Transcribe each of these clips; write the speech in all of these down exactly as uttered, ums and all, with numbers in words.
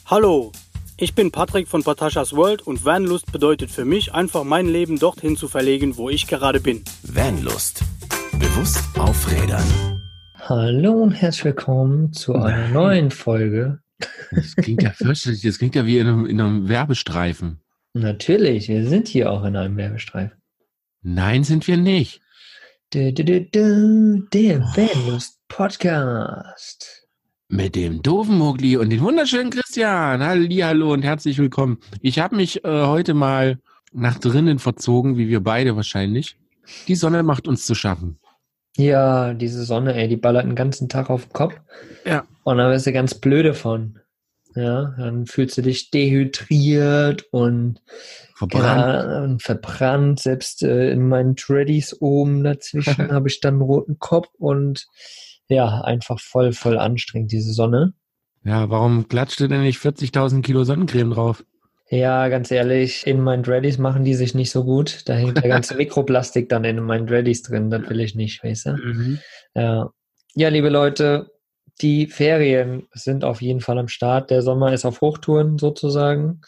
Hallo, ich bin Patrick von Pataschas World und Vanlust bedeutet für mich einfach mein Leben dorthin zu verlegen, wo ich gerade bin. Vanlust. Bewusst aufrädern. Hallo und herzlich willkommen zu einer Nein. neuen Folge. Das klingt ja fürchterlich, das klingt ja wie in einem, in einem Werbestreifen. Natürlich, wir sind hier auch in einem Werbestreifen. Nein, sind wir nicht. Du, du, du, du, der Vanlust Podcast. Mit dem doofen Mogli und den wunderschönen Christian. Hallihallo und herzlich willkommen. Ich habe mich äh, heute mal nach drinnen verzogen, wie wir beide wahrscheinlich. Die Sonne macht uns zu schaffen. Ja, diese Sonne, ey, die ballert den ganzen Tag auf den Kopf. Ja. Und dann wirst du ganz blöde von. Ja, dann fühlst du dich dehydriert und Verbrannt. Ja, und verbrannt. Selbst äh, in meinen Dreadies oben dazwischen habe ich dann einen roten Kopf und ja, einfach voll, voll anstrengend, diese Sonne. Ja, warum klatscht du denn nicht vierzigtausend Kilo Sonnencreme drauf? Ja, ganz ehrlich, in meinen Dreadies machen die sich nicht so gut. Da hängt der ganze Mikroplastik dann in meinen Dreadies drin. Das will ich nicht, weißt du? Mhm. Ja. Ja, liebe Leute, die Ferien sind auf jeden Fall am Start. Der Sommer ist auf Hochtouren sozusagen.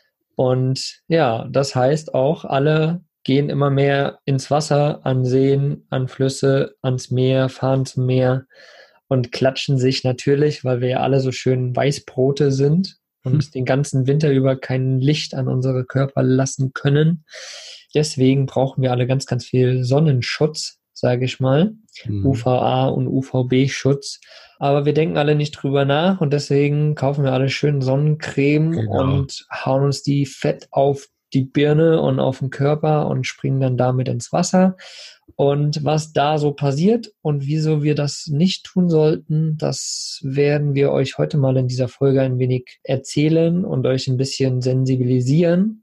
Und ja, das heißt auch, alle gehen immer mehr ins Wasser, an Seen, an Flüsse, ans Meer, fahren zum Meer und klatschen sich natürlich, weil wir ja alle so schön Weißbrote sind und hm. den ganzen Winter über kein Licht an unsere Körper lassen können. Deswegen brauchen wir alle ganz, ganz viel Sonnenschutz, sage ich mal, hm. U V A und U V B-Schutz. Aber wir denken alle nicht drüber nach und deswegen kaufen wir alle schön Sonnencreme genau. und hauen uns die fett auf die Birne und auf den Körper und springen dann damit ins Wasser. Und was da so passiert und wieso wir das nicht tun sollten, das werden wir euch heute mal in dieser Folge ein wenig erzählen und euch ein bisschen sensibilisieren.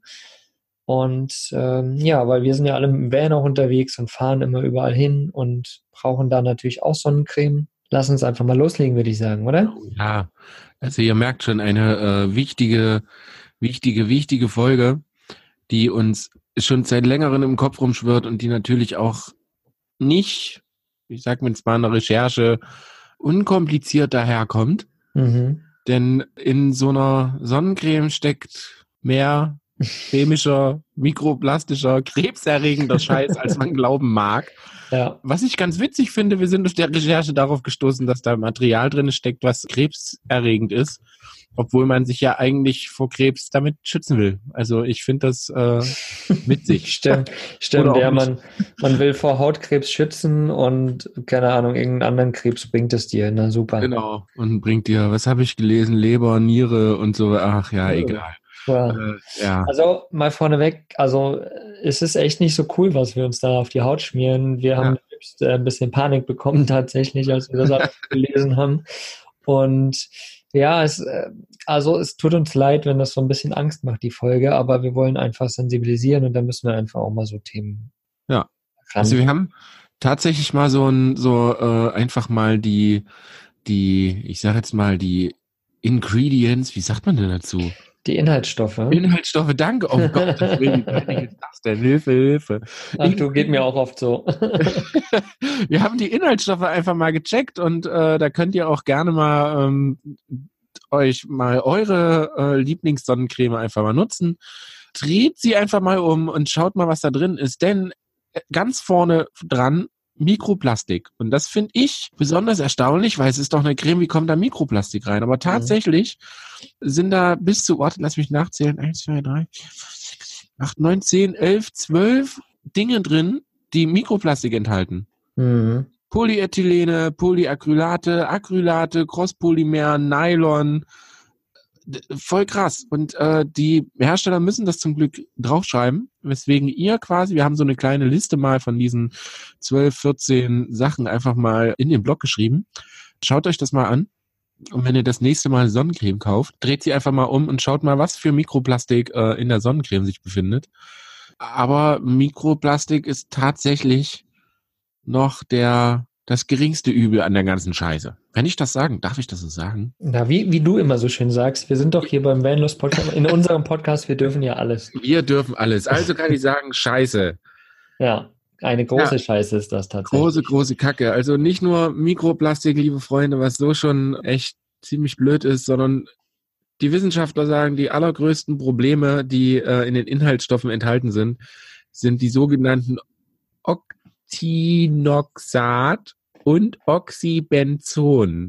Und ähm, ja, weil wir sind ja alle mit dem Van auch unterwegs und fahren immer überall hin und brauchen da natürlich auch Sonnencreme. Lass uns einfach mal loslegen, würde ich sagen, oder? Ja, also ihr merkt schon, eine äh, wichtige, wichtige, wichtige Folge, die uns schon seit längerem im Kopf rumschwirrt und die natürlich auch nicht, ich sag mir jetzt mal eine Recherche, unkompliziert daherkommt. Mhm. Denn in so einer Sonnencreme steckt mehr chemischer, mikroplastischer, krebserregender Scheiß, als man glauben mag. Ja. Was ich ganz witzig finde, wir sind durch der Recherche darauf gestoßen, dass da Material drin steckt, was krebserregend ist, obwohl man sich ja eigentlich vor Krebs damit schützen will. Also ich finde das äh, witzig. Stimmt, stimmt. Ja, man, man will vor Hautkrebs schützen und keine Ahnung, irgendeinen anderen Krebs bringt es dir. Na super. Genau. Und bringt dir, was habe ich gelesen, Leber, Niere und so. Ach ja, ja. egal. Ja. Äh, ja. Also mal vorneweg, also es ist echt nicht so cool, was wir uns da auf die Haut schmieren. Wir haben ja. selbst äh, ein bisschen Panik bekommen tatsächlich, als wir das alles gelesen haben. Und ja, es, also es tut uns leid, wenn das so ein bisschen Angst macht, die Folge, aber wir wollen einfach sensibilisieren und da müssen wir einfach auch mal so Themen. Ja, ran. Also wir haben tatsächlich mal so ein, so äh, einfach mal die, die, ich sag jetzt mal die Ingredients, wie sagt man denn dazu? Die Inhaltsstoffe. Inhaltsstoffe, danke. Oh Gott, das will ich jetzt das denn. Hilfe, Hilfe. Ach du, geht mir auch oft so. Wir haben die Inhaltsstoffe einfach mal gecheckt und äh, da könnt ihr auch gerne mal ähm, euch mal eure äh, Lieblingssonnencreme einfach mal nutzen. Dreht sie einfach mal um und schaut mal, was da drin ist. Denn ganz vorne dran Mikroplastik. Und das finde ich besonders erstaunlich, weil es ist doch eine Creme, wie kommt da Mikroplastik rein? Aber tatsächlich mhm. sind da bis zu, warte, lass mich nachzählen, eins, zwei, drei, vier, fünf, sechs, acht, neun, zehn, elf, zwölf Dinge drin, die Mikroplastik enthalten. Mhm. Polyethylene, Polyacrylate, Acrylate, Crosspolymer, Nylon, voll krass. Und äh, die Hersteller müssen das zum Glück draufschreiben, weswegen ihr quasi, wir haben so eine kleine Liste mal von diesen zwölf, vierzehn Sachen einfach mal in den Blog geschrieben. Schaut euch das mal an. Und wenn ihr das nächste Mal Sonnencreme kauft, dreht sie einfach mal um und schaut mal, was für Mikroplastik äh, in der Sonnencreme sich befindet. Aber Mikroplastik ist tatsächlich noch der das geringste Übel an der ganzen Scheiße. Kann ich das sagen? Darf ich das so sagen? Na, wie, wie du immer so schön sagst, wir sind doch hier beim Vanlust Podcast, in unserem Podcast, wir dürfen ja alles. Wir dürfen alles. Also kann ich sagen, Scheiße. Ja, eine große ja. Scheiße ist das tatsächlich. Große, große Kacke. Also nicht nur Mikroplastik, liebe Freunde, was so schon echt ziemlich blöd ist, sondern die Wissenschaftler sagen, die allergrößten Probleme, die äh, in den Inhaltsstoffen enthalten sind, sind die sogenannten Octinoxat und Oxybenzon.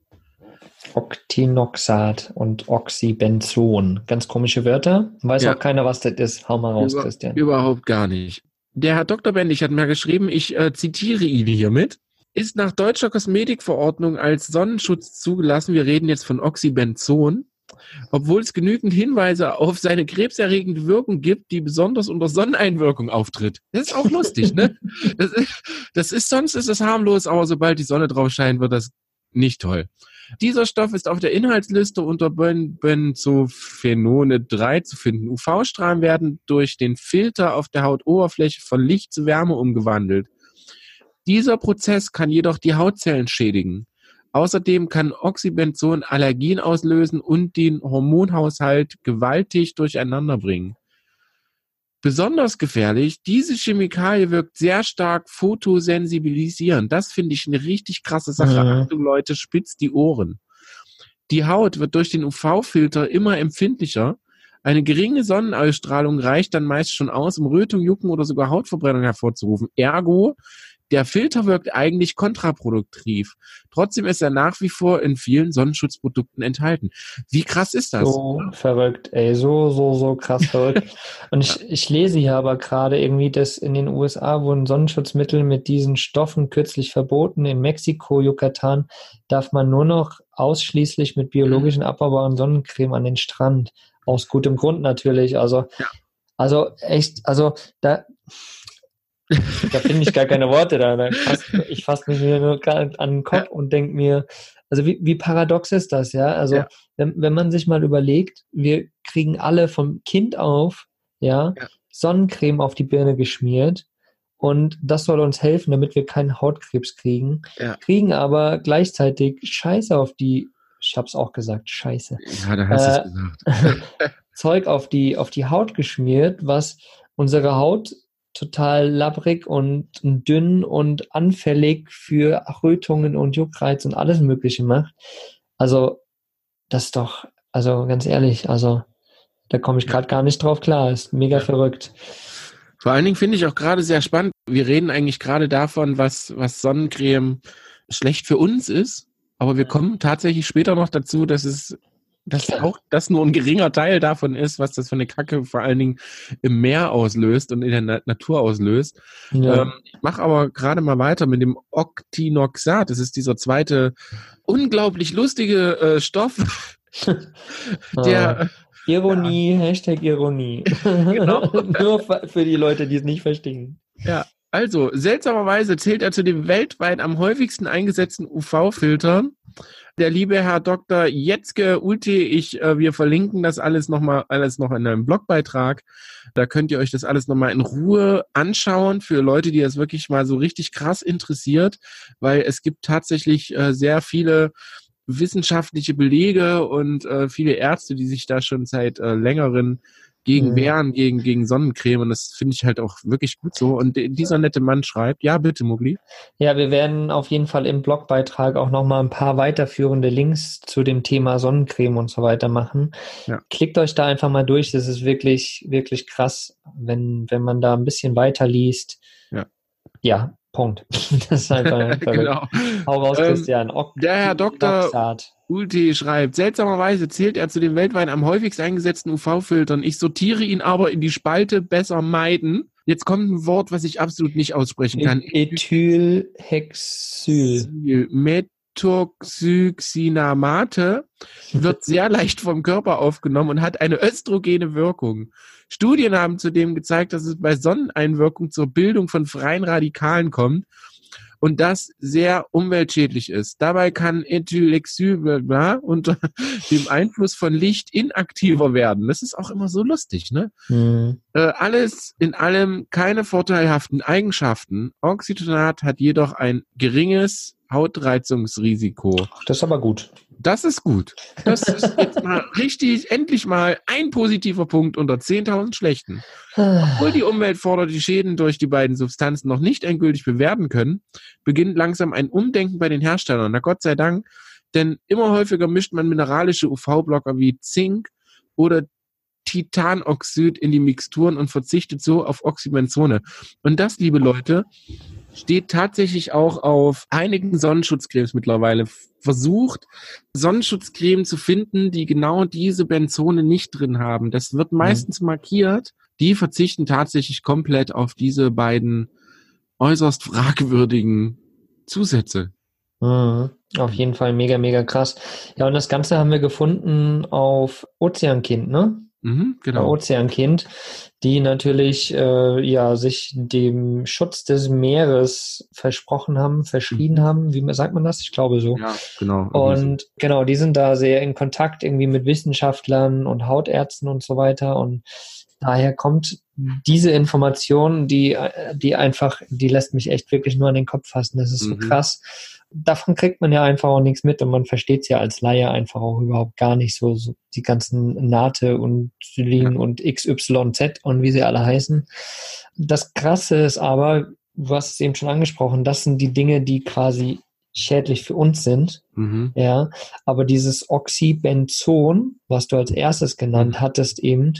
Octinoxat und Oxybenzon. Ganz komische Wörter. Weiß Ja. auch keiner, was das ist. Hau mal raus, Über, Christian. Überhaupt gar nicht. Der Herr Doktor Bendig hat mir geschrieben, ich äh, zitiere ihn hiermit, ist nach deutscher Kosmetikverordnung als Sonnenschutz zugelassen, wir reden jetzt von Oxybenzon, obwohl es genügend Hinweise auf seine krebserregende Wirkung gibt, die besonders unter Sonneneinwirkung auftritt. Das ist auch lustig, ne? Das ist, das ist, sonst ist es harmlos, aber sobald die Sonne drauf scheint, wird das nicht toll. Dieser Stoff ist auf der Inhaltsliste unter Ben- Benzophenone drei zu finden. U V-Strahlen werden durch den Filter auf der Hautoberfläche von Licht zu Wärme umgewandelt. Dieser Prozess kann jedoch die Hautzellen schädigen. Außerdem kann Oxybenzon Allergien auslösen und den Hormonhaushalt gewaltig durcheinander bringen. Besonders gefährlich, diese Chemikalie wirkt sehr stark photosensibilisierend. Das finde ich eine richtig krasse Sache. Mhm. Achtung Leute, spitzt die Ohren. Die Haut wird durch den U V-Filter immer empfindlicher. Eine geringe Sonnenausstrahlung reicht dann meist schon aus, um Rötung, Jucken oder sogar Hautverbrennung hervorzurufen. Ergo, der Filter wirkt eigentlich kontraproduktiv. Trotzdem ist er nach wie vor in vielen Sonnenschutzprodukten enthalten. Wie krass ist das? So verrückt, ey, so, so, so krass verrückt. Und ich, ich lese hier aber gerade irgendwie, dass in den U S A wurden Sonnenschutzmittel mit diesen Stoffen kürzlich verboten. In Mexiko, Yucatan darf man nur noch ausschließlich mit biologischen abbaubaren Sonnencreme an den Strand. Aus gutem Grund natürlich. Also, Ja. also echt, also da... Da finde ich gar keine Worte da. da fass, ich fasse mich mir nur an den Kopf ja. und denke mir, also wie, wie paradox ist das, ja? Also ja. wenn, wenn man sich mal überlegt, wir kriegen alle vom Kind auf, ja, ja, Sonnencreme auf die Birne geschmiert und das soll uns helfen, damit wir keinen Hautkrebs kriegen, ja. kriegen aber gleichzeitig Scheiße auf die, ich hab's auch gesagt, Scheiße. Ja, da hast äh, du es gesagt. Zeug auf die, auf die Haut geschmiert, was unsere Haut total labbrig und dünn und anfällig für Rötungen und Juckreiz und alles Mögliche macht. Also, das ist doch, also ganz ehrlich, also da komme ich gerade gar nicht drauf klar. Ist mega ja. verrückt. Vor allen Dingen finde ich auch gerade sehr spannend, wir reden eigentlich gerade davon, was, was Sonnencreme schlecht für uns ist, aber wir kommen tatsächlich später noch dazu, dass es dass auch das nur ein geringer Teil davon ist, was das für eine Kacke vor allen Dingen im Meer auslöst und in der Na- Natur auslöst. Ja. Ähm, ich mache aber gerade mal weiter mit dem Octinoxat. Das ist dieser zweite unglaublich lustige äh, Stoff, der... Ah. Ironie, ja. Hashtag Ironie. Genau. Nur für die Leute, die es nicht verstehen. Ja, also seltsamerweise zählt er zu den weltweit am häufigsten eingesetzten U V-Filtern. Der liebe Herr Doktor Jetzke Ulte, ich, äh, wir verlinken das alles nochmal, alles noch in einem Blogbeitrag. Da könnt ihr euch das alles nochmal in Ruhe anschauen für Leute, die das wirklich mal so richtig krass interessiert, weil es gibt tatsächlich äh, sehr viele wissenschaftliche Belege und äh, viele Ärzte, die sich da schon seit äh, längeren gegen wehren, gegen, gegen Sonnencreme, und das finde ich halt auch wirklich gut so. Und dieser nette Mann schreibt, ja bitte Mugli. Ja, wir werden auf jeden Fall im Blogbeitrag auch nochmal ein paar weiterführende Links zu dem Thema Sonnencreme und so weiter machen. Ja. Klickt euch da einfach mal durch, das ist wirklich, wirklich krass, wenn, wenn man da ein bisschen weiter liest. Ja. Ja, Punkt. Das ist einfach genau. Hau raus, Christian. Ähm, der Herr Doktor Ulte schreibt, seltsamerweise zählt er zu den weltweit am häufigst eingesetzten U V-Filtern. Ich sortiere ihn aber in die Spalte besser meiden. Jetzt kommt ein Wort, was ich absolut nicht aussprechen kann. Ethylhexyl. Methoxyxinamate wird sehr leicht vom Körper aufgenommen und hat eine östrogene Wirkung. Studien haben zudem gezeigt, dass es bei Sonneneinwirkung zur Bildung von freien Radikalen kommt und das sehr umweltschädlich ist. Dabei kann Ethylhexyl unter dem Einfluss von Licht inaktiver werden. Das ist auch immer so lustig, ne? Mhm. Äh, alles in allem keine vorteilhaften Eigenschaften. Oxytonat hat jedoch ein geringes Hautreizungsrisiko. Das ist aber gut. Das ist gut. Das ist jetzt mal richtig, endlich mal ein positiver Punkt unter zehntausend schlechten. Obwohl die Umwelt fordert, die Schäden durch die beiden Substanzen noch nicht endgültig bewerten können, beginnt langsam ein Umdenken bei den Herstellern. Na Gott sei Dank, denn immer häufiger mischt man mineralische U V-Blocker wie Zink oder Titanoxid in die Mixturen und verzichtet so auf Oxybenzone. Und das, liebe Leute, steht tatsächlich auch auf einigen Sonnenschutzcremes mittlerweile. Versucht, Sonnenschutzcreme zu finden, die genau diese Benzone nicht drin haben. Das wird meistens markiert. Die verzichten tatsächlich komplett auf diese beiden äußerst fragwürdigen Zusätze. Mhm. Auf jeden Fall mega, mega krass. Ja, und das Ganze haben wir gefunden auf Ozeankind, ne? Mhm, genau. Ozeankind, die natürlich äh, ja sich dem Schutz des Meeres versprochen haben, verschrien Mhm. haben. Wie sagt man das? Ich glaube so. Ja, genau. Und genau, die sind da sehr in Kontakt irgendwie mit Wissenschaftlern und Hautärzten und so weiter. Und daher kommt diese Information, die, die einfach, die lässt mich echt wirklich nur an den Kopf fassen. Das ist so Mhm. krass. Davon kriegt man ja einfach auch nichts mit und man versteht es ja als Laie einfach auch überhaupt gar nicht so, so die ganzen Nate und Xylin Ja. und X Y Z und wie sie alle heißen. Das Krasse ist aber, du hast es eben schon angesprochen, das sind die Dinge, die quasi schädlich für uns sind. Mhm. Ja, aber dieses Oxybenzon, was du als erstes genannt Mhm. hattest eben,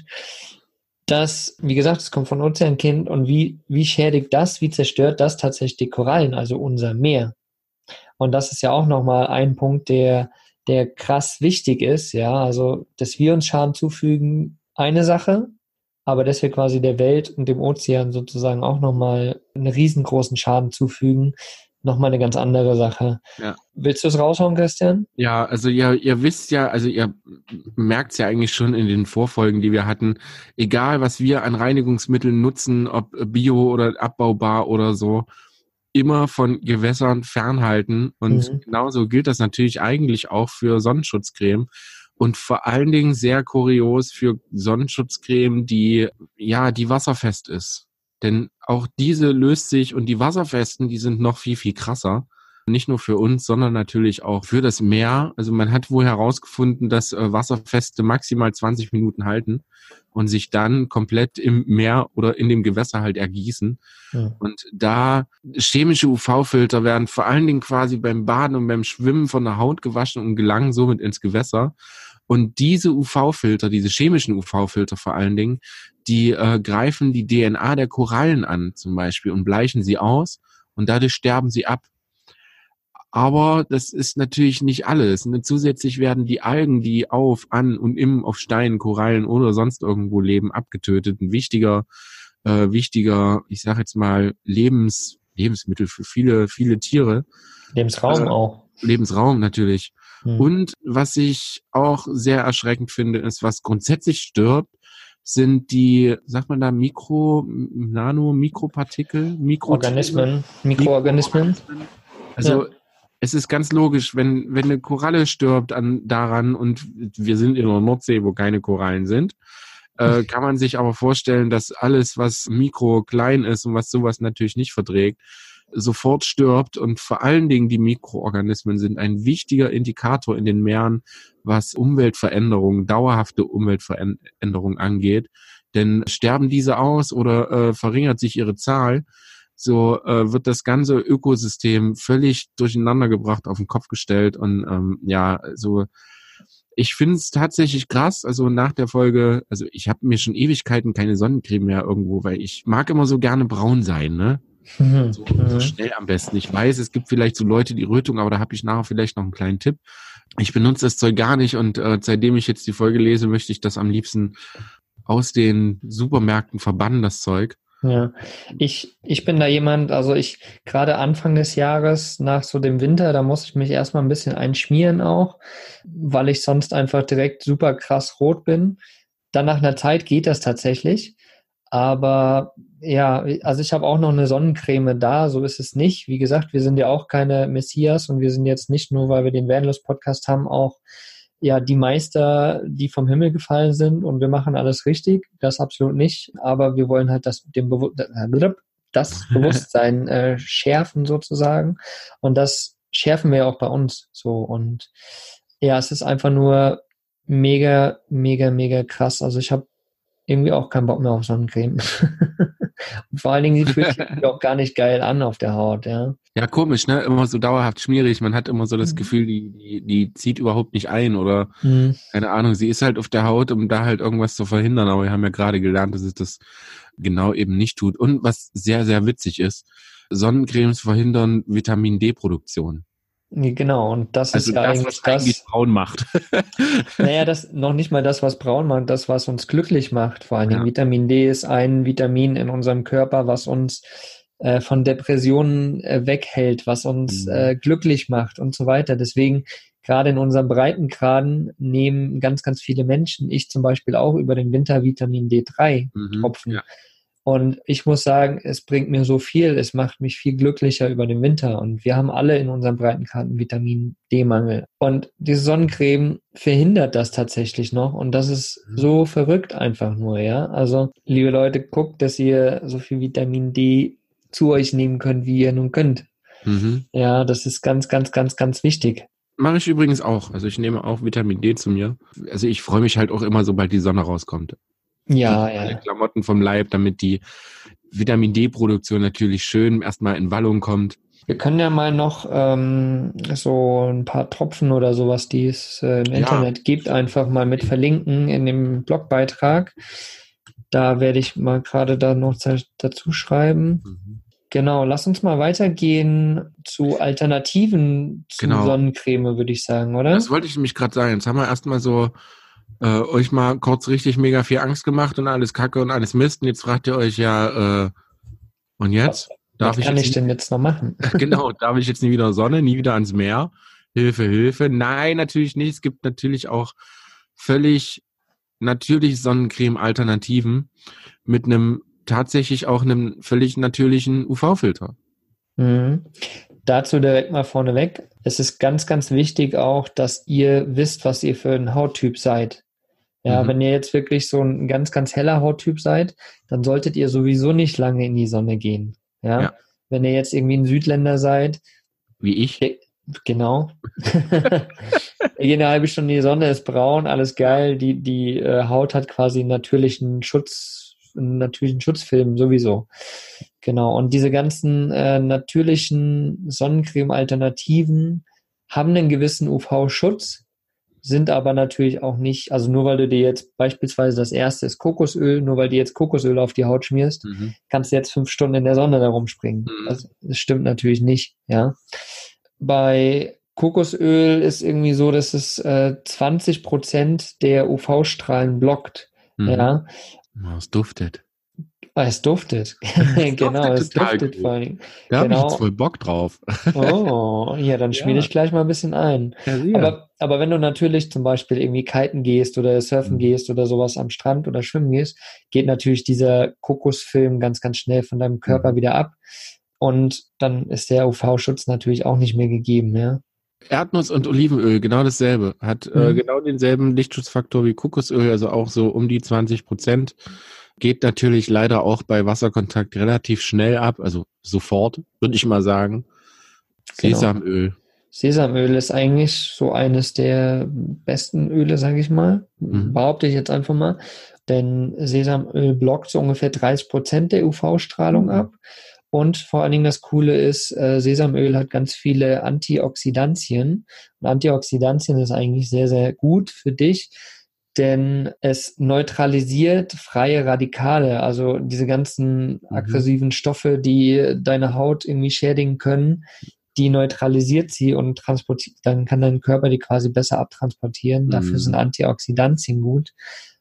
das, wie gesagt, es kommt von Ozeankind und wie, wie schädigt das, wie zerstört das tatsächlich die Korallen, also unser Meer? Und das ist ja auch nochmal ein Punkt, der, der krass wichtig ist, ja, also, dass wir uns Schaden zufügen, eine Sache, aber dass wir quasi der Welt und dem Ozean sozusagen auch nochmal einen riesengroßen Schaden zufügen, nochmal eine ganz andere Sache. Ja. Willst du es raushauen, Christian? Ja, also ihr, ihr wisst ja, also ihr merkt es ja eigentlich schon in den Vorfolgen, die wir hatten, egal was wir an Reinigungsmitteln nutzen, ob bio oder abbaubar oder so, immer von Gewässern fernhalten. Und Mhm. genauso gilt das natürlich eigentlich auch für Sonnenschutzcreme. Und vor allen Dingen sehr kurios für Sonnenschutzcreme, die, ja, die wasserfest ist. Denn auch diese löst sich und die wasserfesten, die sind noch viel, viel krasser. Nicht nur für uns, sondern natürlich auch für das Meer. Also man hat wohl herausgefunden, dass äh, Wasserfeste maximal zwanzig Minuten halten und sich dann komplett im Meer oder in dem Gewässer halt ergießen. Mhm. Und da chemische U V-Filter werden vor allen Dingen quasi beim Baden und beim Schwimmen von der Haut gewaschen und gelangen somit ins Gewässer. Und diese U V-Filter, diese chemischen U V-Filter vor allen Dingen, die äh, greifen die D N A der Korallen an zum Beispiel und bleichen sie aus und dadurch sterben sie ab. Aber das ist natürlich nicht alles. Und zusätzlich werden die Algen, die auf, an und im, auf Steinen, Korallen oder sonst irgendwo leben, abgetötet. Ein wichtiger, äh, wichtiger, ich sag jetzt mal, Lebens, Lebensmittel für viele, viele Tiere. Lebensraum Äh, auch. Lebensraum natürlich. Mhm. Und was ich auch sehr erschreckend finde, ist, was grundsätzlich stirbt, sind die, sagt man da, Mikro, Nano, Mikropartikel, Mikrotiere, Organismen, Mikroorganismen. Also Ja. es ist ganz logisch, wenn, wenn eine Koralle stirbt an, daran und wir sind in der Nordsee, wo keine Korallen sind, äh, kann man sich aber vorstellen, dass alles, was mikro klein ist und was sowas natürlich nicht verträgt, sofort stirbt. Und vor allen Dingen die Mikroorganismen sind ein wichtiger Indikator in den Meeren, was Umweltveränderungen, dauerhafte Umweltveränderungen angeht. Denn sterben diese aus oder äh, verringert sich ihre Zahl, so äh, wird das ganze Ökosystem völlig durcheinander gebracht, auf den Kopf gestellt. Und ähm, ja, so ich finde es tatsächlich krass, also nach der Folge, also ich habe mir schon Ewigkeiten keine Sonnencreme mehr irgendwo, weil ich mag immer so gerne braun sein, ne? Mhm. So, so schnell am besten. Ich weiß, es gibt vielleicht so Leute, die Rötung, aber da habe ich nachher vielleicht noch einen kleinen Tipp. Ich benutze das Zeug gar nicht und äh, seitdem ich jetzt die Folge lese, möchte ich das am liebsten aus den Supermärkten verbannen, das Zeug. Ja, ich, ich bin da jemand, also ich, gerade Anfang des Jahres, nach so dem Winter, da muss ich mich erstmal ein bisschen einschmieren auch, weil ich sonst einfach direkt super krass rot bin. Dann nach einer Zeit geht das tatsächlich. Aber ja, also ich habe auch noch eine Sonnencreme da, so ist es nicht. Wie gesagt, wir sind ja auch keine Messias und wir sind jetzt nicht nur, weil wir den Vanlust-Podcast haben, auch ja die Meister, die vom Himmel gefallen sind und wir machen alles richtig, das absolut nicht, aber wir wollen halt das, dem Bewu- das Bewusstsein äh, schärfen sozusagen und das schärfen wir auch bei uns so und ja, es ist einfach nur mega, mega, mega krass. Also ich habe irgendwie auch keinen Bock mehr auf Sonnencreme. Und vor allen Dingen, sie fühlt sich auch gar nicht geil an auf der Haut, ja. Ja, komisch, ne? Immer so dauerhaft schmierig. Man hat immer so das Mhm. Gefühl, die, die, die zieht überhaupt nicht ein oder Mhm. keine Ahnung, sie ist halt auf der Haut, um da halt irgendwas zu verhindern. Aber wir haben ja gerade gelernt, dass es das genau eben nicht tut. Und was sehr, sehr witzig ist, Sonnencremes verhindern Vitamin-D-Produktion. Genau, und das Also ist ja das, eigentlich was eigentlich das, braun macht. naja, das noch nicht mal das, was braun macht, das, was uns glücklich macht. Vor allen Dingen Ja. Vitamin D ist ein Vitamin in unserem Körper, was uns äh, von Depressionen äh, weghält, was uns Mhm. äh, glücklich macht und so weiter. Deswegen, gerade in unseren Breitengraden nehmen ganz, ganz viele Menschen, ich zum Beispiel auch, über den Winter Vitamin D drei Mhm. Tropfen. Ja. Und ich muss sagen, es bringt mir so viel, es macht mich viel glücklicher über den Winter. Und wir haben alle in unseren Breitengraden Vitamin D-Mangel. Und diese Sonnencreme verhindert das tatsächlich noch. Und das ist Mhm. so verrückt einfach nur, ja. Also, liebe Leute, guckt, dass ihr so viel Vitamin D zu euch nehmen könnt, wie ihr nun könnt. Mhm. Ja, das ist ganz, ganz, ganz, ganz wichtig. Mache ich übrigens auch. Also ich nehme auch Vitamin D zu mir. Also ich freue mich halt auch immer, sobald die Sonne rauskommt. Ja, Alle ja. Klamotten vom Leib, damit die Vitamin D-Produktion natürlich schön erstmal in Wallung kommt. Wir können ja mal noch ähm, so ein paar Tropfen oder sowas, die es äh, im Ja. Internet gibt, einfach mal mit verlinken in dem Blogbeitrag. Da werde ich mal gerade da noch da- dazu schreiben. Mhm. Genau, lass uns mal weitergehen zu Alternativen zu Genau. Sonnencreme, würde ich sagen, oder? Das wollte ich nämlich gerade sagen. Jetzt haben wir erstmal so äh, euch mal kurz richtig mega viel Angst gemacht und alles Kacke und alles Mist. Und jetzt fragt ihr euch ja, äh, und jetzt? Darf Was ich kann jetzt ich denn jetzt noch machen? Genau, darf ich jetzt nie wieder Sonne, nie wieder ans Meer? Hilfe, Hilfe. Nein, natürlich nicht. Es gibt natürlich auch völlig natürliche Sonnencreme-Alternativen mit einem tatsächlich auch einem völlig natürlichen U V-Filter. Mhm. Dazu direkt mal vorneweg. Es ist ganz, ganz wichtig auch, dass ihr wisst, was ihr für ein Hauttyp seid. Ja, Mhm. wenn ihr jetzt wirklich so ein ganz, ganz heller Hauttyp seid, dann solltet ihr sowieso nicht lange in die Sonne gehen. Ja, Ja. wenn ihr jetzt irgendwie ein Südländer seid, Wie ich. ge- genau. Wir gehen eine halbe Stunde in die Sonne, ist braun, alles geil. Die, die äh, Haut hat quasi einen natürlichen Schutz, einen natürlichen Schutzfilm sowieso. Genau. Und diese ganzen äh, natürlichen Sonnencreme-Alternativen haben einen gewissen U V-Schutz, sind aber natürlich auch nicht, also nur weil du dir jetzt beispielsweise das erste ist Kokosöl, nur weil du jetzt Kokosöl auf die Haut schmierst, Mhm. kannst du jetzt fünf Stunden in der Sonne da rumspringen. Mhm. Das, das stimmt natürlich nicht, ja. Bei Kokosöl ist irgendwie so, dass es äh, zwanzig Prozent der U V-Strahlen blockt, Mhm. ja. Oh, es duftet. Ah, es duftet. Genau, es total duftet gut. vor allem. Da habe ich Genau. jetzt voll Bock drauf. Oh, ja, dann Ja. schmier dich gleich mal ein bisschen ein. Ja, sehr. Aber, aber wenn du natürlich zum Beispiel irgendwie kiten gehst oder surfen Mhm. gehst oder sowas am Strand oder schwimmen gehst, geht natürlich dieser Kokosfilm ganz, ganz schnell von deinem Körper Mhm. wieder ab. Und dann ist der U V-Schutz natürlich auch nicht mehr gegeben, ja. Erdnuss und Olivenöl, genau dasselbe. Hat äh, Mhm. genau denselben Lichtschutzfaktor wie Kokosöl, also auch so um die zwanzig Prozent. Geht natürlich leider auch bei Wasserkontakt relativ schnell ab, also sofort, würde ich mal sagen. Genau. Sesamöl. Sesamöl ist eigentlich so eines der besten Öle, sage ich mal. Mhm. Behaupte ich jetzt einfach mal. Denn Sesamöl blockt so ungefähr dreißig Prozent der U V-Strahlung Mhm. ab. Und vor allen Dingen das Coole ist, äh, Sesamöl hat ganz viele Antioxidantien. Und Antioxidantien ist eigentlich sehr, sehr gut für dich, denn es neutralisiert freie Radikale, also diese ganzen aggressiven Stoffe, die deine Haut irgendwie schädigen können, die neutralisiert sie und transportiert, dann kann dein Körper die quasi besser abtransportieren. Mhm. Dafür sind Antioxidantien gut.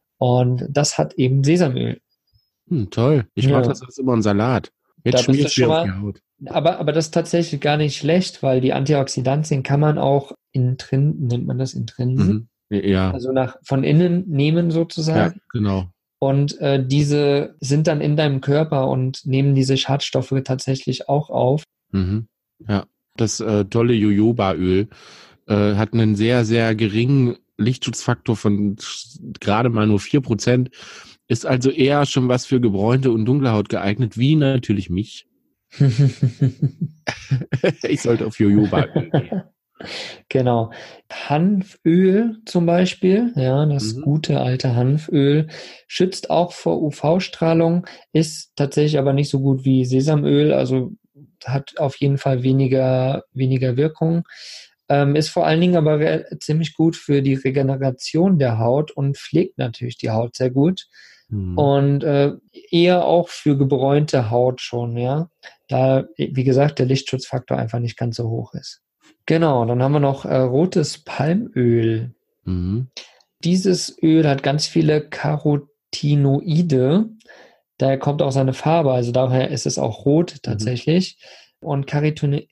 Und das hat eben Sesamöl. Hm, toll. Ich Ja. mache das jetzt immer in Salat. Jetzt Da schmier bist ich du mir schon auf die mal- Haut. Aber, aber das ist tatsächlich gar nicht schlecht, weil die Antioxidantien kann man auch intrin, nennt man das intrinsisch, Mhm. Ja, also nach, von innen nehmen ja, sozusagen. genau. Und äh, diese sind dann in deinem Körper und nehmen diese Schadstoffe tatsächlich auch auf. Mhm. Ja, das äh, tolle Jojobaöl äh, hat einen sehr, sehr geringen Lichtschutzfaktor von gerade mal nur vier Prozent. Ist also eher schon was für gebräunte und dunkle Haut geeignet, wie natürlich mich. Ich sollte auf Jojobaöl gehen. Genau. Hanföl zum Beispiel, ja, das Mhm. gute alte Hanföl, schützt auch vor U V-Strahlung, ist tatsächlich aber nicht so gut wie Sesamöl, also hat auf jeden Fall weniger, weniger Wirkung. Ähm, ist vor allen Dingen aber re- ziemlich gut für die Regeneration der Haut und pflegt natürlich die Haut sehr gut. Mhm. Und äh, eher auch für gebräunte Haut schon, ja. Da, wie gesagt, der Lichtschutzfaktor einfach nicht ganz so hoch ist. Genau, dann haben wir noch äh, rotes Palmöl. Mhm. Dieses Öl hat ganz viele Carotinoide. Daher kommt auch seine Farbe, also daher ist es auch rot Mhm. tatsächlich. Und Carotinoide,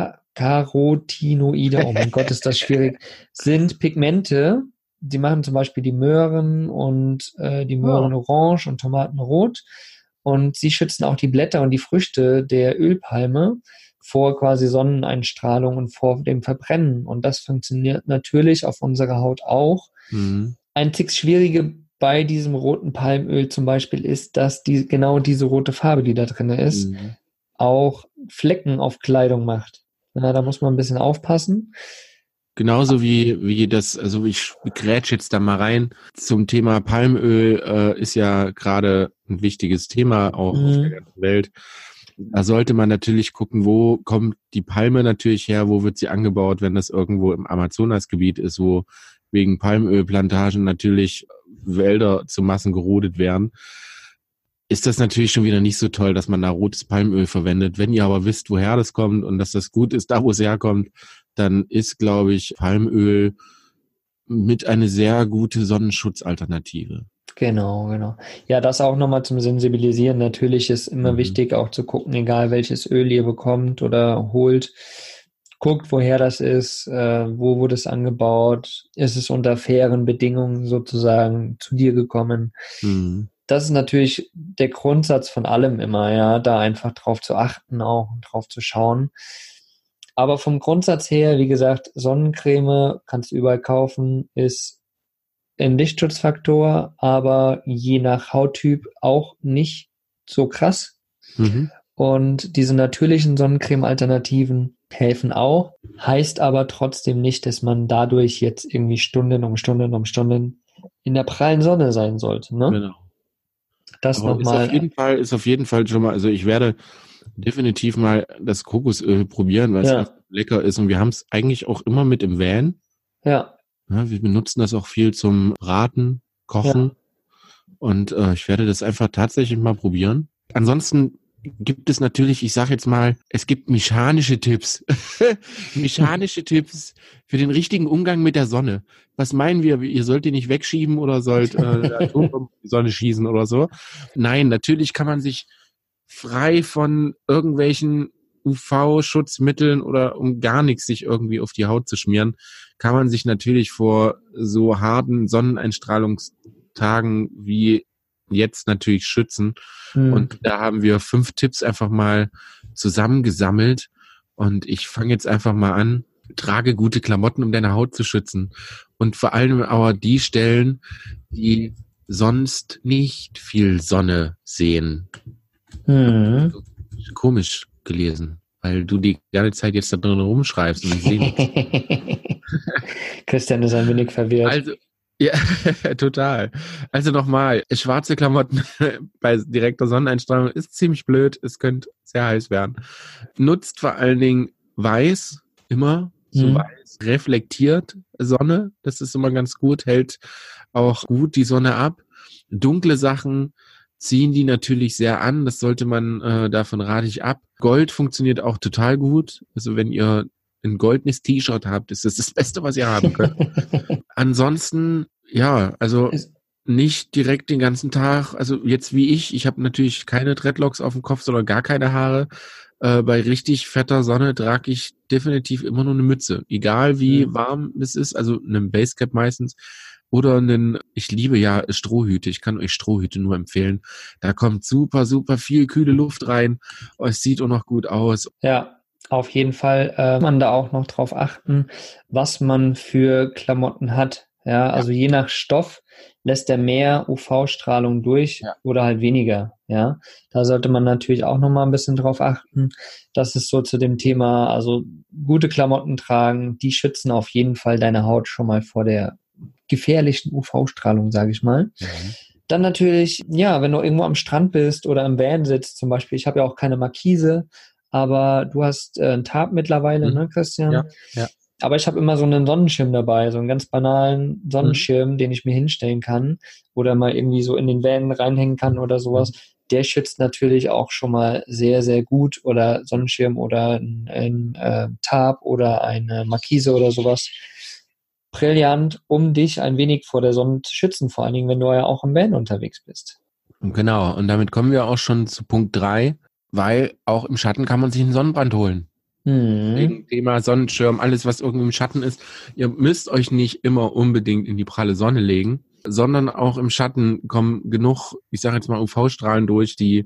Carotinoide, oh mein Gott, ist das schwierig, sind Pigmente, die machen zum Beispiel die Möhren und äh, die Möhren Oh. orange und Tomaten rot. Und sie schützen auch die Blätter und die Früchte der Ölpalme vor quasi Sonneneinstrahlung und vor dem Verbrennen. Und das funktioniert natürlich auf unserer Haut auch. Mhm. Ein Tick schwierige bei diesem roten Palmöl zum Beispiel ist, dass die, genau diese rote Farbe, die da drin ist, Mhm. auch Flecken auf Kleidung macht. Na, da muss man ein bisschen aufpassen. Genauso wie, wie das, also ich grätsch jetzt da mal rein. Zum Thema Palmöl äh, ist ja gerade ein wichtiges Thema auch auf der Mhm. ganzen Welt. Da sollte man natürlich gucken, wo kommt die Palme natürlich her, wo wird sie angebaut, wenn das irgendwo im Amazonasgebiet ist, wo wegen Palmölplantagen natürlich Wälder zu Massen gerodet werden. Ist das natürlich schon wieder nicht so toll, dass man da rotes Palmöl verwendet. Wenn ihr aber wisst, woher das kommt und dass das gut ist, da wo es herkommt, dann ist, glaube ich, Palmöl mit eine sehr gute Sonnenschutzalternative. Genau, genau. Ja, das auch nochmal zum Sensibilisieren. Natürlich ist immer Mhm. wichtig, auch zu gucken, egal welches Öl ihr bekommt oder holt. Guckt, woher das ist, äh, wo wurde es angebaut, ist es unter fairen Bedingungen sozusagen zu dir gekommen. Mhm. Das ist natürlich der Grundsatz von allem immer, ja, da einfach drauf zu achten auch und drauf zu schauen. Aber vom Grundsatz her, wie gesagt, Sonnencreme kannst du überall kaufen, ist ein Lichtschutzfaktor, aber je nach Hauttyp auch nicht so krass. Mhm. Und diese natürlichen Sonnencreme-Alternativen helfen auch, heißt aber trotzdem nicht, dass man dadurch jetzt irgendwie Stunden um Stunden um Stunden in der prallen Sonne sein sollte. Ne? Genau. Das Aber ist auf nochmal. jeden Fall, ist auf jeden Fall schon mal, also ich werde definitiv mal das Kokosöl probieren, weil es Ja, einfach lecker ist und wir haben es eigentlich auch immer mit im Van. ja, Ja, wir benutzen das auch viel zum Braten, Kochen ja. und äh, ich werde das einfach tatsächlich mal probieren. Ansonsten gibt es natürlich, ich sage jetzt mal, es gibt mechanische Tipps. mechanische Tipps für den richtigen Umgang mit der Sonne. Was meinen wir? Ihr sollt die nicht wegschieben oder sollt äh, eine Atombombe in die Sonne schießen oder so. Nein, natürlich kann man sich frei von irgendwelchen U V-Schutzmitteln oder um gar nichts sich irgendwie auf die Haut zu schmieren, kann man sich natürlich vor so harten Sonneneinstrahlungstagen wie jetzt natürlich schützen. Hm. Und da haben wir fünf Tipps einfach mal zusammengesammelt. Und ich fange jetzt einfach mal an. Trage gute Klamotten, um deine Haut zu schützen. Und vor allem aber die Stellen, die sonst nicht viel Sonne sehen. Hm. Komisch gelesen, weil du die ganze Zeit jetzt da drin rumschreibst und ich sehe nichts. Christian ist ein wenig verwirrt. Also, ja, total. Also nochmal, schwarze Klamotten bei direkter Sonneneinstrahlung ist ziemlich blöd. Es könnte sehr heiß werden. Nutzt vor allen Dingen weiß, immer so Hm. weiß, reflektiert Sonne. Das ist immer ganz gut, hält auch gut die Sonne ab. Dunkle Sachen ziehen die natürlich sehr an. Das sollte man, äh, davon rate ich ab. Gold funktioniert auch total gut. Also wenn ihr ein goldenes T-Shirt habt, ist das das Beste, was ihr haben könnt. Ansonsten, ja, also Ist- nicht direkt den ganzen Tag, also jetzt wie ich, ich habe natürlich keine Dreadlocks auf dem Kopf, sondern gar keine Haare. Äh, bei richtig fetter Sonne trage ich definitiv immer nur eine Mütze. Egal wie Mhm. warm es ist, also einen Basecap meistens. Oder einen, ich liebe ja Strohhüte, ich kann euch Strohhüte nur empfehlen. Da kommt super, super viel kühle Luft rein. Oh, es sieht auch noch gut aus. Ja, auf jeden Fall äh, man da auch noch drauf achten, was man für Klamotten hat. Ja, also ja. je nach Stoff lässt er mehr U V-Strahlung durch ja. oder halt weniger. Ja, da sollte man natürlich auch nochmal ein bisschen drauf achten. Das ist so zu dem Thema, also gute Klamotten tragen, die schützen auf jeden Fall deine Haut schon mal vor der gefährlichen U V-Strahlung, sage ich mal. Mhm. Dann natürlich, ja, wenn du irgendwo am Strand bist oder im Van sitzt zum Beispiel, ich habe ja auch keine Markise, aber du hast äh, einen Tarp mittlerweile, mhm. ne, Christian? Ja, ja. Aber ich habe immer so einen Sonnenschirm dabei, so einen ganz banalen Sonnenschirm, mhm. den ich mir hinstellen kann oder mal irgendwie so in den Van reinhängen kann oder sowas. Mhm. Der schützt natürlich auch schon mal sehr, sehr gut, oder Sonnenschirm oder ein, ein äh, Tarp oder eine Markise oder sowas. Brillant, um dich ein wenig vor der Sonne zu schützen, vor allen Dingen, wenn du ja auch im Van unterwegs bist. Genau, und damit kommen wir auch schon zu Punkt drei, weil auch im Schatten kann man sich einen Sonnenbrand holen. Mhm. Wegen Thema Sonnenschirm, alles, was irgendwie im Schatten ist. Ihr müsst euch nicht immer unbedingt in die pralle Sonne legen, sondern auch im Schatten kommen genug, ich sage jetzt mal, U V-Strahlen durch, die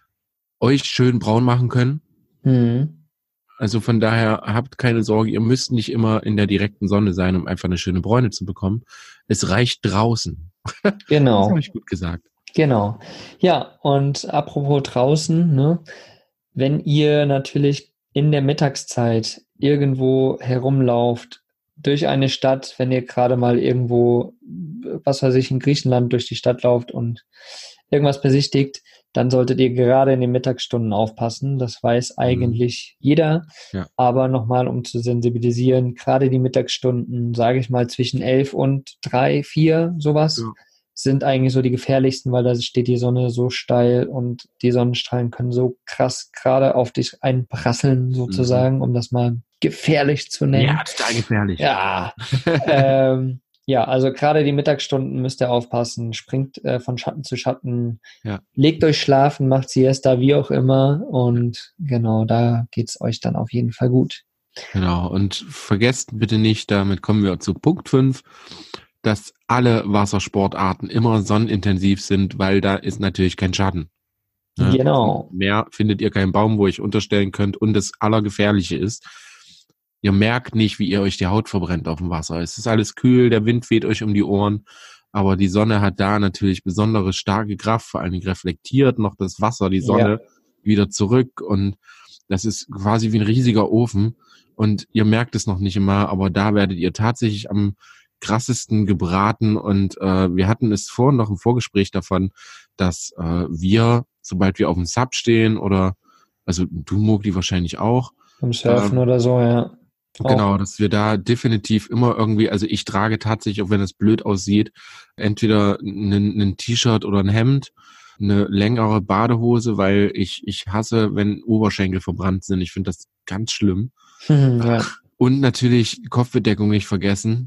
euch schön braun machen können. Mhm. Also von daher habt keine Sorge, ihr müsst nicht immer in der direkten Sonne sein, um einfach eine schöne Bräune zu bekommen. Es reicht draußen. Genau. Das habe ich gut gesagt. Genau. Ja, und apropos draußen, ne, wenn ihr natürlich in der Mittagszeit irgendwo herumlauft, durch eine Stadt, wenn ihr gerade mal irgendwo, was weiß ich, in Griechenland durch die Stadt lauft und irgendwas besichtigt, dann solltet ihr gerade in den Mittagsstunden aufpassen. Das weiß eigentlich mhm. jeder. Ja. Aber nochmal, um zu sensibilisieren, gerade die Mittagsstunden, sage ich mal, zwischen elf und drei, vier, sowas, ja. sind eigentlich so die gefährlichsten, weil da steht die Sonne so steil und die Sonnenstrahlen können so krass gerade auf dich einprasseln, sozusagen, mhm. um das mal gefährlich zu nennen. Ja, total gefährlich. Ja, ähm, ja, also gerade die Mittagsstunden müsst ihr aufpassen, springt äh, von Schatten zu Schatten, ja. legt euch schlafen, macht Siesta, wie auch immer, und genau, da geht's euch dann auf jeden Fall gut. Genau, und vergesst bitte nicht, damit kommen wir zu Punkt fünf, dass alle Wassersportarten immer sonnenintensiv sind, weil da ist natürlich kein Schatten. Ne? Genau. Im Meer findet ihr keinen Baum, wo ihr euch unterstellen könnt, und das Allergefährliche ist, ihr merkt nicht, wie ihr euch die Haut verbrennt auf dem Wasser. Es ist alles kühl, der Wind weht euch um die Ohren, aber die Sonne hat da natürlich besondere starke Kraft, vor allem reflektiert noch das Wasser, die Sonne ja. wieder zurück, und das ist quasi wie ein riesiger Ofen, und ihr merkt es noch nicht immer, aber da werdet ihr tatsächlich am krassesten gebraten, und äh, wir hatten es vorhin noch im Vorgespräch davon, dass äh, wir, sobald wir auf dem Sub stehen, oder, also du, Mogli, wahrscheinlich auch. Beim Surfen ähm, oder so, ja. Genau, dass wir da definitiv immer irgendwie, also ich trage tatsächlich, auch wenn es blöd aussieht, entweder ein T-Shirt oder ein Hemd, eine längere Badehose, weil ich ich hasse, wenn Oberschenkel verbrannt sind. Ich finde das ganz schlimm. Ja. Und natürlich Kopfbedeckung nicht vergessen.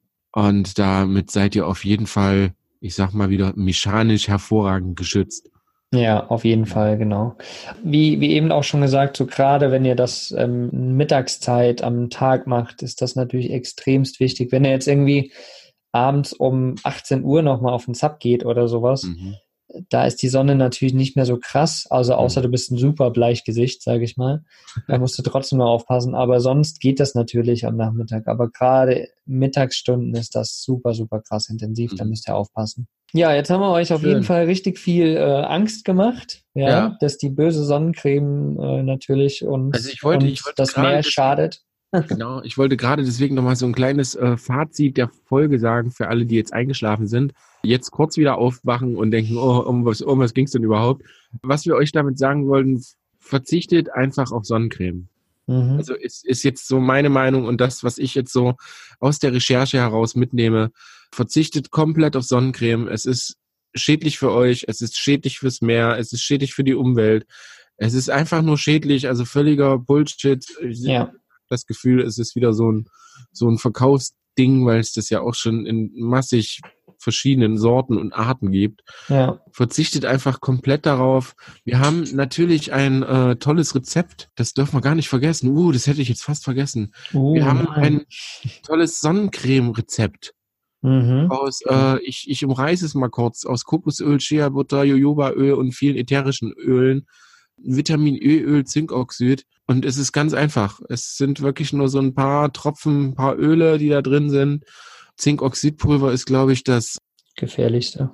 Und damit seid ihr auf jeden Fall, ich sag mal wieder, mechanisch hervorragend geschützt. Ja, auf jeden Fall, genau. Wie, wie eben auch schon gesagt, so gerade wenn ihr das ähm, Mittagszeit am Tag macht, ist das natürlich extremst wichtig. Wenn ihr jetzt irgendwie abends um achtzehn Uhr nochmal auf den Sub geht oder sowas, mhm. da ist die Sonne natürlich nicht mehr so krass, also außer du bist ein super Bleichgesicht, sage ich mal. Da musst du trotzdem mal aufpassen, aber sonst geht das natürlich am Nachmittag. Aber gerade Mittagsstunden ist das super, super krass intensiv, mhm. da müsst ihr aufpassen. Ja, jetzt haben wir euch auf Schön. jeden Fall richtig viel äh, Angst gemacht, ja, ja, dass die böse Sonnencreme äh, natürlich uns, also ich wollte, uns ich wollte das Meer schadet. Genau, ich wollte gerade deswegen nochmal so ein kleines äh, Fazit der Folge sagen für alle, die jetzt eingeschlafen sind. Jetzt kurz wieder aufwachen und denken, oh, um was, um was ging es denn überhaupt? Was wir euch damit sagen wollten, verzichtet einfach auf Sonnencreme. Mhm. Also ist, ist jetzt so meine Meinung und das, was ich jetzt so aus der Recherche heraus mitnehme. Verzichtet komplett auf Sonnencreme. Es ist schädlich für euch, es ist schädlich fürs Meer, es ist schädlich für die Umwelt. Es ist einfach nur schädlich, also völliger Bullshit. Ja. Das Gefühl, es ist wieder so ein, so ein Verkaufsding, weil es das ja auch schon in massig verschiedenen Sorten und Arten gibt. Ja. Verzichtet einfach komplett darauf. Wir haben natürlich ein äh, tolles Rezept, das dürfen wir gar nicht vergessen. Uh, das hätte ich jetzt fast vergessen. Uh, wir haben nein. ein tolles Sonnencreme-Rezept. Mhm. Aus, äh, ich, ich umreiße es mal kurz, aus Kokosöl, Shea-Butter, Jojobaöl und vielen ätherischen Ölen, Vitamin E-Öl, Zinkoxid, und es ist ganz einfach. Es sind wirklich nur so ein paar Tropfen, ein paar Öle, die da drin sind, Zinkoxidpulver ist, glaube ich, das Gefährlichste.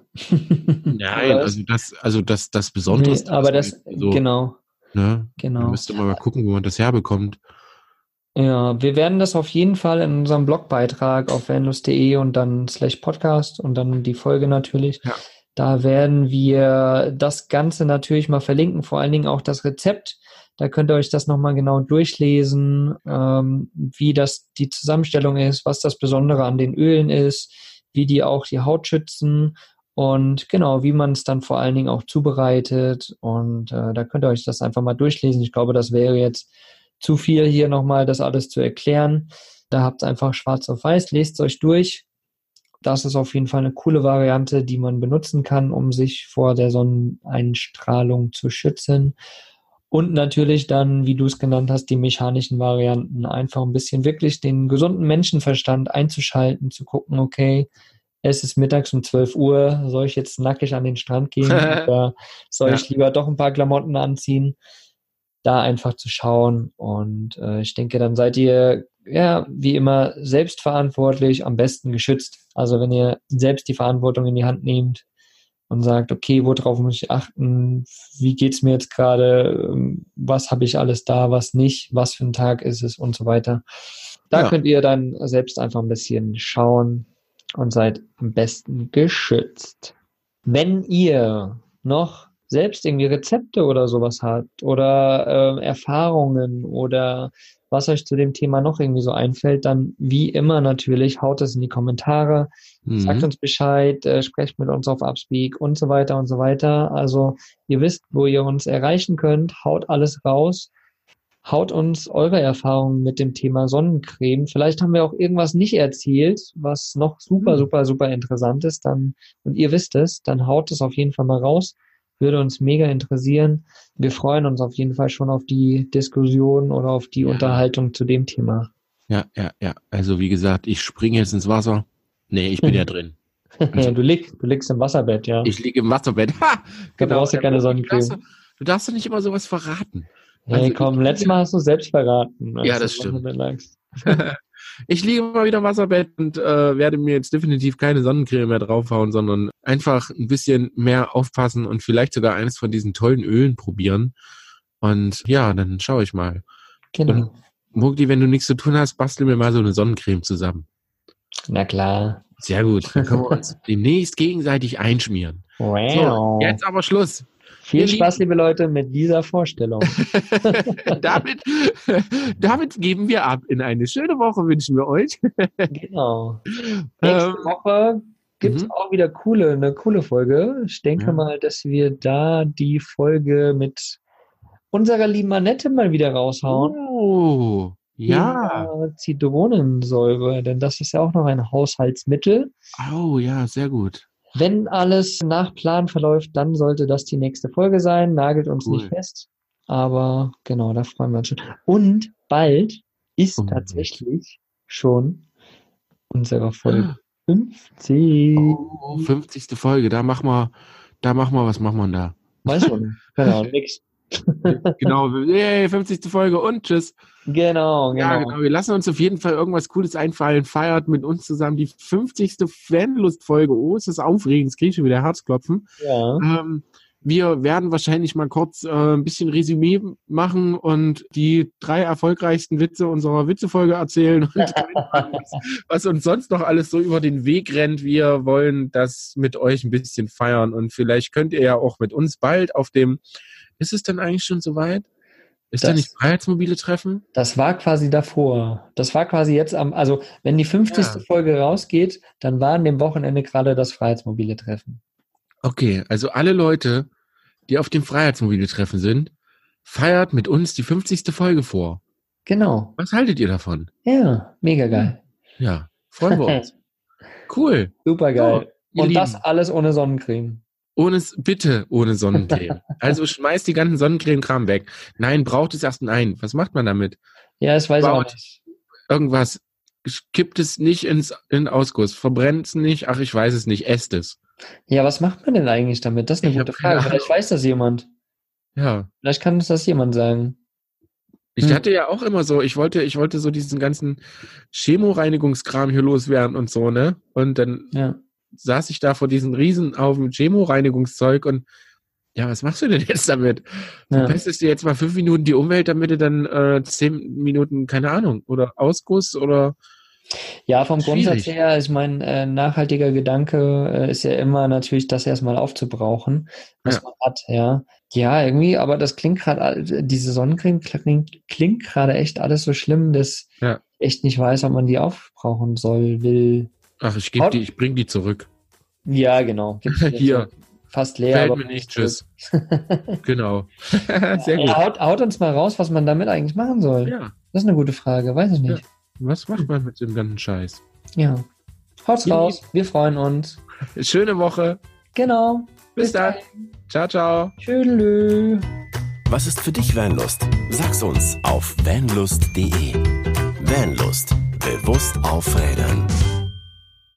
Nein, also das, also das, das Besonderste. Nee, aber das, so, genau. Ne? Genau. Da müsste man mal gucken, wo man das herbekommt. Ja, wir werden das auf jeden Fall in unserem Blogbeitrag auf vanlust punkt de und dann slash Podcast und dann die Folge natürlich. Ja. Da werden wir das Ganze natürlich mal verlinken, vor allen Dingen auch das Rezept. Da könnt ihr euch das nochmal genau durchlesen, ähm, wie das die Zusammenstellung ist, was das Besondere an den Ölen ist, wie die auch die Haut schützen und genau, wie man es dann vor allen Dingen auch zubereitet. Und äh, da könnt ihr euch das einfach mal durchlesen. Ich glaube, das wäre jetzt zu viel hier nochmal, das alles zu erklären. Da habt ihr einfach schwarz auf weiß, lest es euch durch. Das ist auf jeden Fall eine coole Variante, die man benutzen kann, um sich vor der Sonneneinstrahlung zu schützen. Und natürlich dann, wie du es genannt hast, die mechanischen Varianten. Einfach ein bisschen wirklich den gesunden Menschenverstand einzuschalten, zu gucken, okay, es ist mittags um zwölf Uhr, soll ich jetzt nackig an den Strand gehen oder soll Ja. ich lieber doch ein paar Klamotten anziehen? Da einfach zu schauen. Und äh, ich denke, dann seid ihr, ja, wie immer, selbstverantwortlich, am besten geschützt. Also wenn ihr selbst die Verantwortung in die Hand nehmt und sagt, okay, worauf muss ich achten? Wie geht's mir jetzt gerade? Was habe ich alles da, was nicht? Was für ein Tag ist es und so weiter. Da Ja. könnt ihr dann selbst einfach ein bisschen schauen und seid am besten geschützt. Wenn ihr noch selbst irgendwie Rezepte oder sowas habt oder äh, Erfahrungen oder was euch zu dem Thema noch irgendwie so einfällt, dann wie immer natürlich haut es in die Kommentare, Mhm. sagt uns Bescheid, äh, sprecht mit uns auf Upspeak und so weiter und so weiter. Also ihr wisst, wo ihr uns erreichen könnt, haut alles raus, haut uns eure Erfahrungen mit dem Thema Sonnencreme. Vielleicht haben wir auch irgendwas nicht erzählt, was noch super, Mhm. super, super interessant ist, dann und ihr wisst es, dann haut es auf jeden Fall mal raus. Würde uns mega interessieren. Wir freuen uns auf jeden Fall schon auf die Diskussion oder auf die Ja. Unterhaltung zu dem Thema. Ja, ja, ja. Also wie gesagt, ich springe jetzt ins Wasser. Nee, ich bin ja drin. Also- du, liegst, du liegst im Wasserbett, ja. Ich liege im Wasserbett. Ha! Da brauchst du keine Du Sonnencreme. darfst, du darfst doch nicht immer sowas verraten. Hey, Also komm, ich- letztes Mal hast du selbst verraten. als Ja, du das im stimmt. Wasserbett lagst. Ich liege mal wieder im Wasserbett und äh, werde mir jetzt definitiv keine Sonnencreme mehr draufhauen, sondern einfach ein bisschen mehr aufpassen und vielleicht sogar eines von diesen tollen Ölen probieren. Und ja, dann schaue ich mal. Genau. Mogli, wenn du nichts zu tun hast, bastel mir mal so eine Sonnencreme zusammen. Na klar. Sehr gut. Dann können wir uns demnächst gegenseitig einschmieren. So, Wow. jetzt aber Schluss. Viel ihr Spaß, liebe Leute, mit dieser Vorstellung. damit, damit geben wir ab. In eine schöne Woche wünschen wir euch. Genau. Nächste Ähm, Woche gibt es mhm. auch wieder coole, eine coole Folge. Ich denke Ja. mal, dass wir da die Folge mit unserer lieben Annette mal wieder raushauen. Oh, ja. Thema Zitronensäure, denn das ist ja auch noch ein Haushaltsmittel. Oh, ja, sehr gut. Wenn alles nach Plan verläuft, dann sollte das die nächste Folge sein. Nagelt uns Cool. nicht fest. Aber genau, da freuen wir uns schon. Und bald ist Oh. tatsächlich schon unsere Folge fünfzig. Oh, fünfzigste Folge, da machen wir, da machen wir, was machen wir denn da? Weißt du, genau, nix. Genau, yay, fünfzigste Folge und tschüss. Genau, genau. Ja, genau, wir lassen uns auf jeden Fall irgendwas Cooles einfallen. Feiert mit uns zusammen die fünfzigste Fanlust-Folge. Oh, ist das aufregend, es kriege schon wieder Herzklopfen. Ja. Ähm, wir werden wahrscheinlich mal kurz äh, ein bisschen Resümee machen und die drei erfolgreichsten Witze unserer Witzefolge erzählen und was, was uns sonst noch alles so über den Weg rennt. Wir wollen das mit euch ein bisschen feiern und vielleicht könnt ihr ja auch mit uns bald auf dem, ist es denn eigentlich schon soweit? Ist da Das- nicht Freiheitsmobile Treffen? Das war quasi davor. Das war quasi jetzt am, also wenn die fünfzigste Ja. Folge rausgeht, dann war an dem Wochenende gerade das Freiheitsmobile Treffen. Okay, also alle Leute, die auf dem Freiheitsmobile Treffen sind, feiert mit uns die fünfzigste Folge vor. Genau. Was haltet ihr davon? Ja, mega geil. Ja, freuen wir uns. Cool. Super geil. ihr Und Lieben. das alles ohne Sonnencreme. Ohne, bitte ohne Sonnencreme. Also schmeißt die ganzen Sonnencreme-Kram weg. Nein, braucht es erst nein. Was macht man damit? Ja, das weiß ich auch Baut nicht. irgendwas. Kippt es nicht ins in Ausguss. Verbrennt es nicht. Ach, ich weiß es nicht. Esst es. Ja, was macht man denn eigentlich damit? Das ist eine Ich gute hab keine Frage. Vielleicht weiß das jemand. Ja. Vielleicht kann uns das jemand sagen. Ich Hm. hatte ja auch immer so, ich wollte, ich wollte so diesen ganzen Chemoreinigungskram hier loswerden und so, ne? Und dann Ja. saß ich da vor diesen Riesenhaufen Chemoreinigungszeug und ja, was machst du denn jetzt damit? Ja. Verpestest du jetzt mal fünf Minuten die Umwelt, damit du dann äh, zehn Minuten, keine Ahnung, oder Ausguss oder Ja, vom Schwierig. Grundsatz her, ich meine, äh, nachhaltiger Gedanke äh, ist ja immer natürlich, das erstmal aufzubrauchen, was Ja. man hat, ja. Ja, irgendwie, aber das klingt gerade, diese Sonnencreme klingt, klingt gerade echt alles so schlimm, dass Ja. ich echt nicht weiß, ob man die aufbrauchen soll, will. ach, ich gebe Haut- die, ich bring die zurück. Ja, genau. Gibt's jetzt Hier. so fast leer, Fällt aber mir nicht, tschüss. Genau. Sehr Ja, gut. haut, haut uns mal raus, was man damit eigentlich machen soll. Ja. Das ist eine gute Frage, weiß ich nicht. Was macht man mit dem ganzen Scheiß? Ja. Haut's Ja. raus, wir freuen uns. Schöne Woche. Genau. Bis dann. Ciao, ciao. Tschüdelü. Was ist für dich Vanlust? Sag's uns auf vanlust punkt de. Vanlust. Bewusst aufrädern.